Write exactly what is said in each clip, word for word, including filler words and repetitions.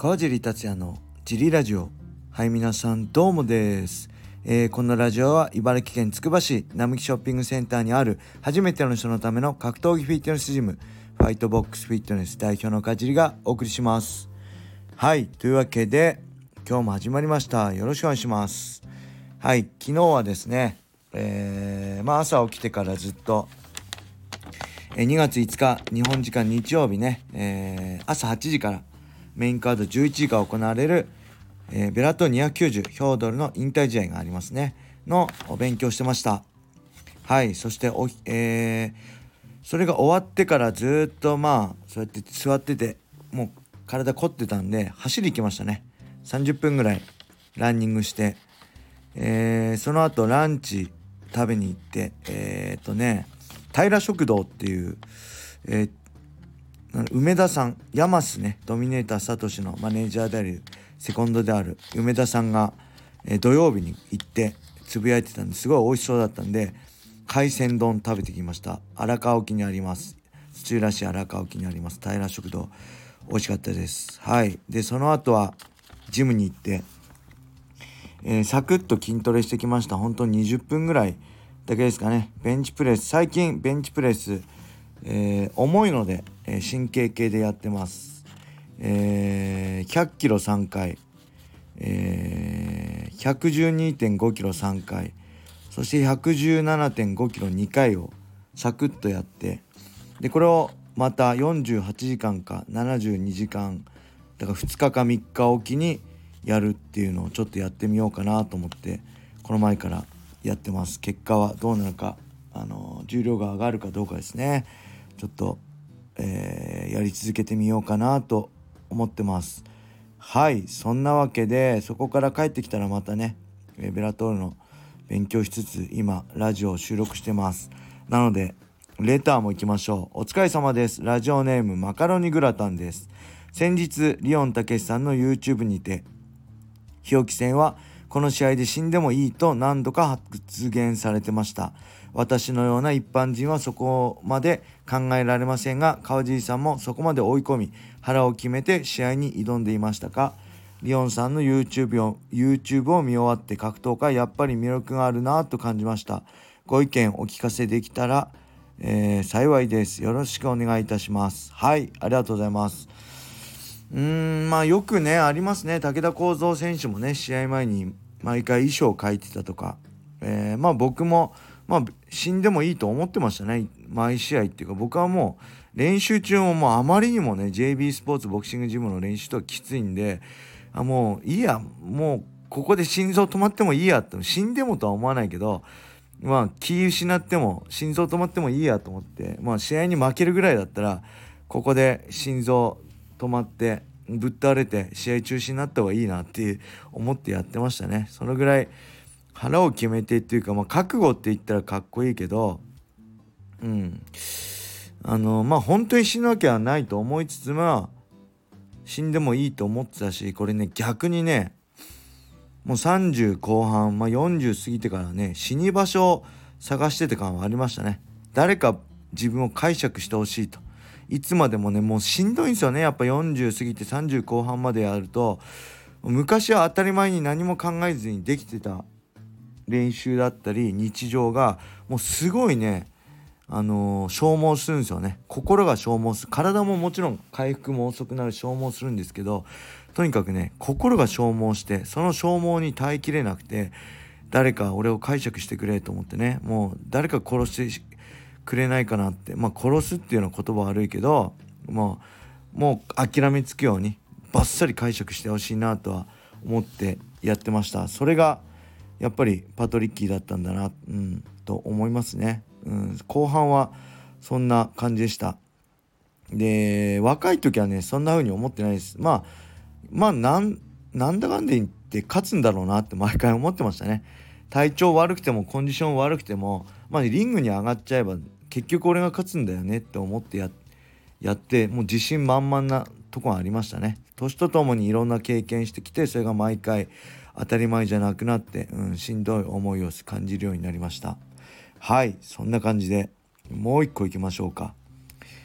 川尻達也のジリラジオ。はい、皆さんどうもです、えー、このラジオは茨城県つくば市並木ショッピングセンターにある初めての人のための格闘技フィットネスジム、ファイトボックスフィットネス代表の川尻がお送りします。はい、というわけで今日も始まりました。よろしくお願いします。はい、昨日はですね、えー、まあ朝起きてからずっとにがついつか日本時間日曜日ね、えー、朝はちじからメインカードじゅういちじから行われる、えー、ベラトーにひゃくきゅうじゅうヒョードルの引退試合がありますねのお勉強してました。はい、そしてお、えー、それが終わってからずっとまあそうやって座っててもう体凝ってたんで走り行きましたね。さんじゅっぷんぐらいランニングして、えー、その後ランチ食べに行ってえー、っとね平食堂っていう、えー梅田さん、ヤマスね、ドミネーターサトシのマネージャーであるセコンドである梅田さんが、えー、土曜日に行ってつぶやいてたんですごい美味しそうだったんで海鮮丼食べてきました。荒川沖にあります土浦市荒川沖にあります平食堂、美味しかったです。はい。でその後はジムに行って、えー、サクッと筋トレしてきました。本当ににじゅっぷんぐらいだけですかね。ベンチプレス、最近ベンチプレス、えー、重いので、えー、神経系でやってます。えー、ひゃっキロさんかい、えー、ひゃくじゅうにてんごキロさんかい、そして ひゃくじゅうななてんごキロにかいをサクッとやって、でこれをまたよんじゅうはちじかんかななじゅうにじかんだからふつかかみっかおきにやるっていうのをちょっとやってみようかなと思ってこの前からやってます。結果はどうなるか、あの重量が上がるかどうかですね。ちょっと、えー、やり続けてみようかなと思ってます。はい、そんなわけでそこから帰ってきたらまたね、えー、ベラトールの勉強しつつ今ラジオを収録してます。なのでレターも行きましょう。お疲れ様です。ラジオネームマカロニグラタンです。先日リオンたけしさんの YouTube にて日置戦はこの試合で死んでもいいと何度か発言されてました。私のような一般人はそこまで考えられませんが、川尻さんもそこまで追い込み腹を決めて試合に挑んでいましたか？リオンさんの YouTube を、YouTube を見終わって格闘家やっぱり魅力があるなと感じました。ご意見お聞かせできたら、えー、幸いです。よろしくお願いいたします。はい、ありがとうございます。うーんまあよくねありますね。武田幸三選手もね試合前に毎回衣装を描いてたとか、えー、まあ僕もまあ死んでもいいと思ってましたね。毎試合っていうか僕はもう練習中ももうあまりにもね ジェイビー スポーツボクシングジムの練習とはきついんで、あもういいや、もうここで心臓止まってもいいやって、死んでもとは思わないけどまあ気失っても心臓止まってもいいやと思って、まあ試合に負けるぐらいだったらここで心臓止まってぶっ倒れて試合中止になった方がいいなって思ってやってましたね。そのぐらい腹を決めてっていうか、まあ、覚悟って言ったらかっこいいけど、うんあのまあ本当に死ぬわけはないと思いつつも死んでもいいと思ってたし、これね逆にねもうさんじゅう後半、まあ、よんじゅう過ぎてからね死に場所を探してて感はありましたね。誰か自分を解釈してほしいと。いつまでもねもうしんどいんですよね。やっぱよんじゅう過ぎてさんじゅう後半までやると、昔は当たり前に何も考えずにできてた練習だったり日常がもうすごいねあのー、消耗するんですよね。心が消耗する。体ももちろん回復も遅くなる消耗するんですけど、とにかくね心が消耗してその消耗に耐えきれなくて、誰か俺を解釈してくれと思ってね、もう誰か殺してくれないかなって、まあ殺すっていうのは言葉悪いけどもうもう諦めつくようにバッサリ解釈してほしいなとは思ってやってました。それがやっぱりパトリッキーだったんだな、うん、と思いますね。うん、後半はそんな感じでした。で若い時はねそんな風に思ってないです。まあまあなんなんだかんで言って勝つんだろうなって毎回思ってましたね。体調悪くてもコンディション悪くても、まあ、リングに上がっちゃえば結局俺が勝つんだよねって思ってややってもう自信満々なとこがありましたね。年とともにいろんな経験してきてそれが毎回当たり前じゃなくなって、うん、しんどい思いを感じるようになりました。はい、そんな感じでもう一個いきましょうか。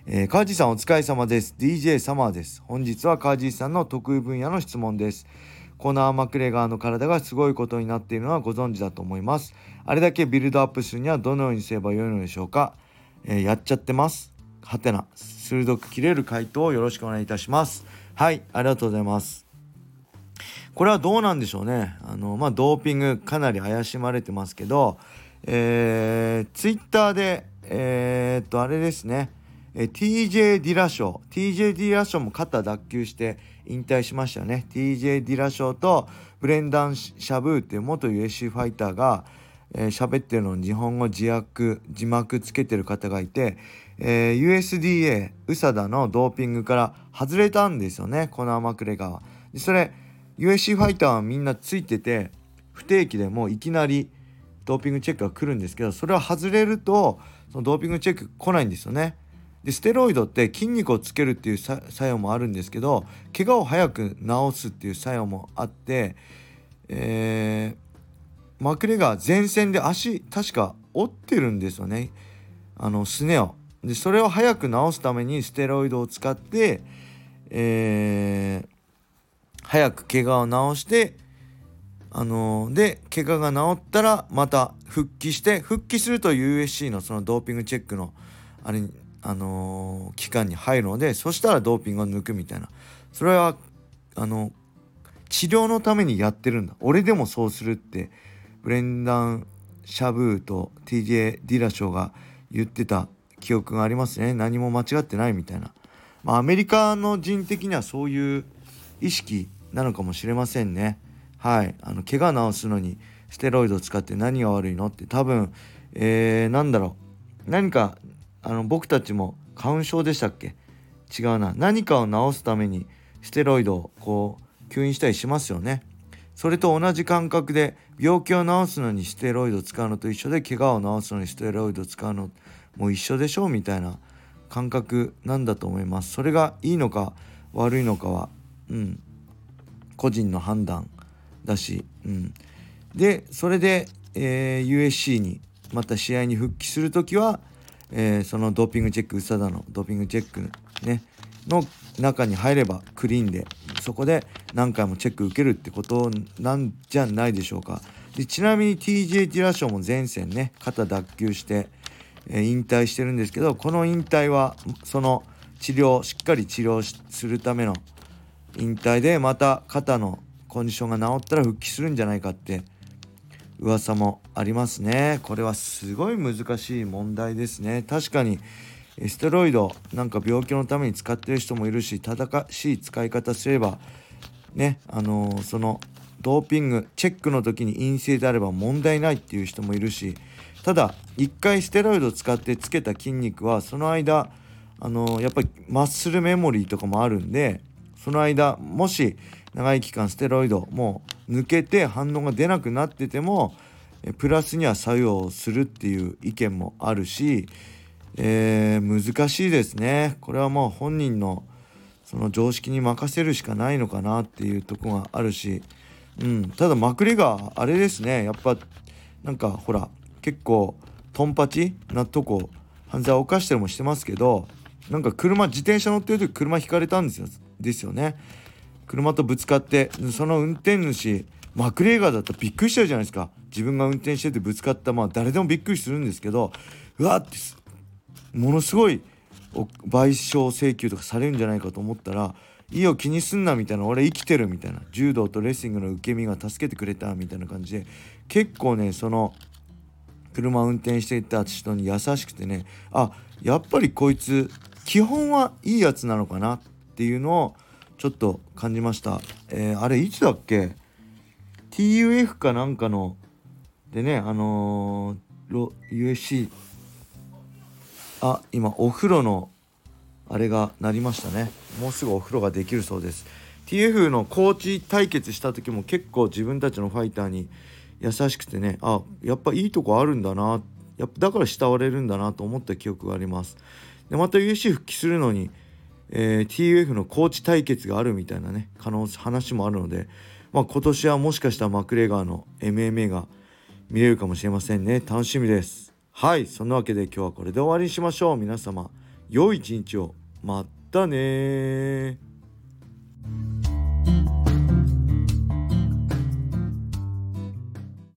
えー、川地さんお疲れ様です。 ディージェー サマーです。本日は川地さんの得意分野の質問です。コナー・マクレガーの体がすごいことになっているのはご存知だと思います。あれだけビルドアップするにはどのようにすればよいのでしょうか。えー、やっちゃってます。はてな。鋭く切れる回答をよろしくお願いいたします。はい、ありがとうございます。これはどうなんでしょうね。あのまあドーピングかなり怪しまれてますけど、えー、ツイッターでえー、っとあれですね、え ティージェー ディラショー ティージェー ディラショーも肩脱臼して引退しましたよね。 ティージェー ディラショーとブレンダン・シャブーっていう元 ユーエフシー ファイターがえー、喋ってるのに日本語字訳字幕つけてる方がいて、えー、ユーエスディーエー ウサダのドーピングから外れたんですよね、コナー・マクレガーは。でそれ ユーエフシー ファイターはみんなついてて、不定期でもういきなりドーピングチェックが来るんですけど、それは外れるとそのドーピングチェック来ないんですよね。でステロイドって筋肉をつけるっていう作用もあるんですけど、怪我を早く治すっていう作用もあって、えーマクレガー前線で足確か折ってるんですよね、あのすねを。でそれを早く治すためにステロイドを使って、えー、早く怪我を治して、あのー、で怪我が治ったらまた復帰して、復帰すると ユーエフシー のそのドーピングチェックのあれ、あのー、期間に入るので、そしたらドーピングを抜くみたいな、それはあの治療のためにやってるんだ、俺でもそうするってブレンダン・シャブーと ティージェー ディラショーが言ってた記憶がありますね。何も間違ってないみたいな。まあアメリカの人的にはそういう意識なのかもしれませんね。はい、あの怪我治すのにステロイドを使って何が悪いのって多分、えー、なんだろう、何かあの僕たちも花粉症でしたっけ、違うな、何かを治すためにステロイドをこう吸引したりしますよね。それと同じ感覚で病気を治すのにステロイドを使うのと一緒で、怪我を治すのにステロイドを使うのも一緒でしょうみたいな感覚なんだと思います。それがいいのか悪いのかは、うん、個人の判断だし、うん、でそれで、えー、ユーエフシー にまた試合に復帰するときは、えー、そのドーピングチェック、ウサダのドーピングチェックねの中に入ればクリーンで、そこで何回もチェック受けるってことなんじゃないでしょうか。でちなみに ティージェー ディラショーも前線ね肩脱臼して、えー、引退してるんですけど、この引退はその治療しっかり治療するための引退で、また肩のコンディションが治ったら復帰するんじゃないかって噂もありますね。これはすごい難しい問題ですね。確かにステロイドなんか病気のために使ってる人もいるし、正しい使い方すればね、あのー、そのドーピングチェックの時に陰性であれば問題ないっていう人もいるし、ただ一回ステロイドを使ってつけた筋肉はその間、あのー、やっぱりマッスルメモリーとかもあるんで、その間もし長い期間ステロイドもう抜けて反応が出なくなっててもプラスには作用するっていう意見もあるし、えー、難しいですね。これはもう本人のその常識に任せるしかないのかなっていうところがあるし、うん、ただマクレガーあれですね、やっぱなんかほら結構トンパチなとこ犯罪を犯してるもしてますけど、なんか車自転車乗ってる時車ひかれたんですよですよね。車とぶつかって、その運転主マクレガーだったらびっくりしちゃうじゃないですか。自分が運転しててぶつかった、まあ誰でもびっくりするんですけど、うわーってものすごい賠償請求とかされるんじゃないかと思ったら、いいよ気にすんなみたいな、俺生きてるみたいな、柔道とレスリングの受け身が助けてくれたみたいな感じで、結構ねその車運転していた人に優しくてね、あやっぱりこいつ基本はいいやつなのかなっていうのをちょっと感じました。えー、あれいつだっけ、 ティーユーエフ かなんかのでね、あのー、ユーエフシー、 あ今お風呂のあれが鳴りましたね。もうすぐお風呂ができるそうです。 ティーエフ のコーチ対決した時も結構自分たちのファイターに優しくてね、あやっぱいいとこあるんだな、やっぱだから慕われるんだなと思った記憶があります。でまた ユーエフシー 復帰するのに、えー、ティーユーエフ のコーチ対決があるみたいなね可能話もあるので、まあ、今年はもしかしたらマクレガーの エムエムエー が見れるかもしれませんね。楽しみです。はい、そんなわけで今日はこれで終わりにしましょう。皆様良い一日を。またね。